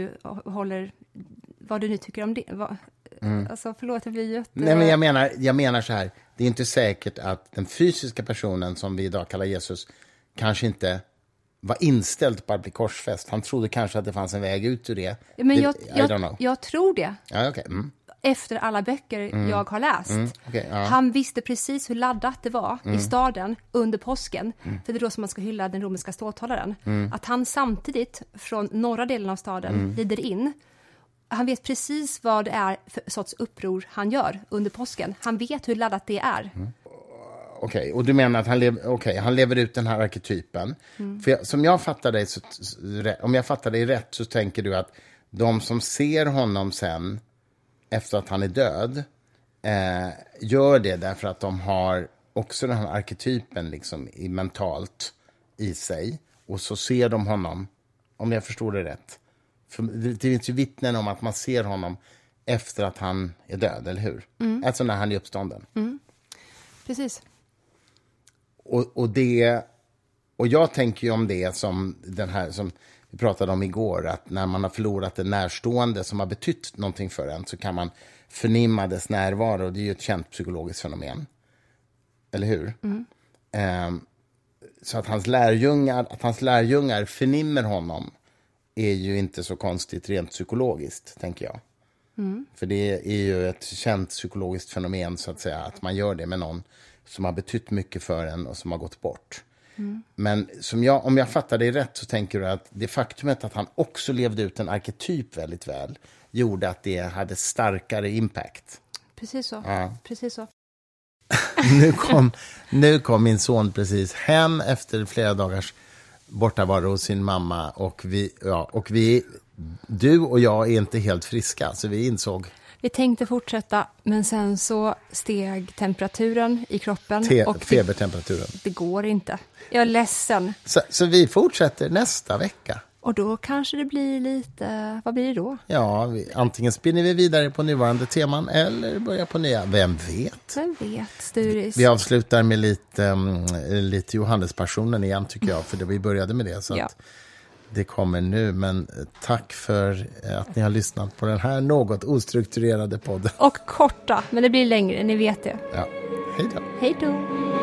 nu tycker om det. Alltså, förlåt, jag blir Nej, men jag menar så här, det är inte säkert att den fysiska personen som vi idag kallar Jesus kanske inte var inställd på att bli korsfäst. Han trodde kanske att det fanns en väg ut ur det. Men jag tror det. Ja, okay. Efter alla böcker jag har läst. Han visste precis hur laddat det var i staden under påsken. För det är då som man ska hylla den romerska ståthållaren. Att han samtidigt från norra delen av staden rider in. Han vet precis vad det är för sorts uppror han gör under påsken. Han vet hur laddat det är. Okej, och du menar att han lever ut den här arketypen. För som jag fattar dig, om jag fattar dig rätt så tänker du att de som ser honom sen efter att han är död gör det därför att de har också den här arketypen liksom mentalt i sig. Och så ser de honom, om jag förstår det rätt. För det finns ju vittnen om att man ser honom efter att han är död, eller hur? Alltså när han är uppstånden. Precis. Och jag tänker ju om det som den här som vi pratade om igår, att när man har förlorat en närstående som har betytt någonting för en, så kan man förnimma dess närvaro. Det är ju ett känt psykologiskt fenomen. Eller hur? Så att hans lärjungar förnimmer honom är ju inte så konstigt rent psykologiskt, tänker jag. För det är ju ett känt psykologiskt fenomen, så att säga, att man gör det med någon som har betytt mycket för en och som har gått bort. Men om jag fattar det rätt, så tänker du att det faktumet att han också levde ut en arketyp väldigt väl gjorde att det hade starkare impact. Precis så. Ja. Precis så. Nu kom min son precis hem efter flera dagars bortavaro hos sin mamma, och du och jag är inte helt friska, så vi insåg. Vi tänkte fortsätta, men sen så steg temperaturen i kroppen. Febertemperaturen. Det går inte. Jag är ledsen. Så vi fortsätter nästa vecka. Och då kanske det blir lite... Vad blir det då? Ja, antingen spinner vi vidare på nuvarande teman eller börjar på nya. Vem vet? Vem vet, Sturis. Vi avslutar med lite Johannespassionen igen, tycker jag. För vi började med det, så att det kommer nu. Men tack för att ni har lyssnat på den här något ostrukturerade podden. Och korta, men det blir längre, ni vet det. Ja, hej då. Hej då.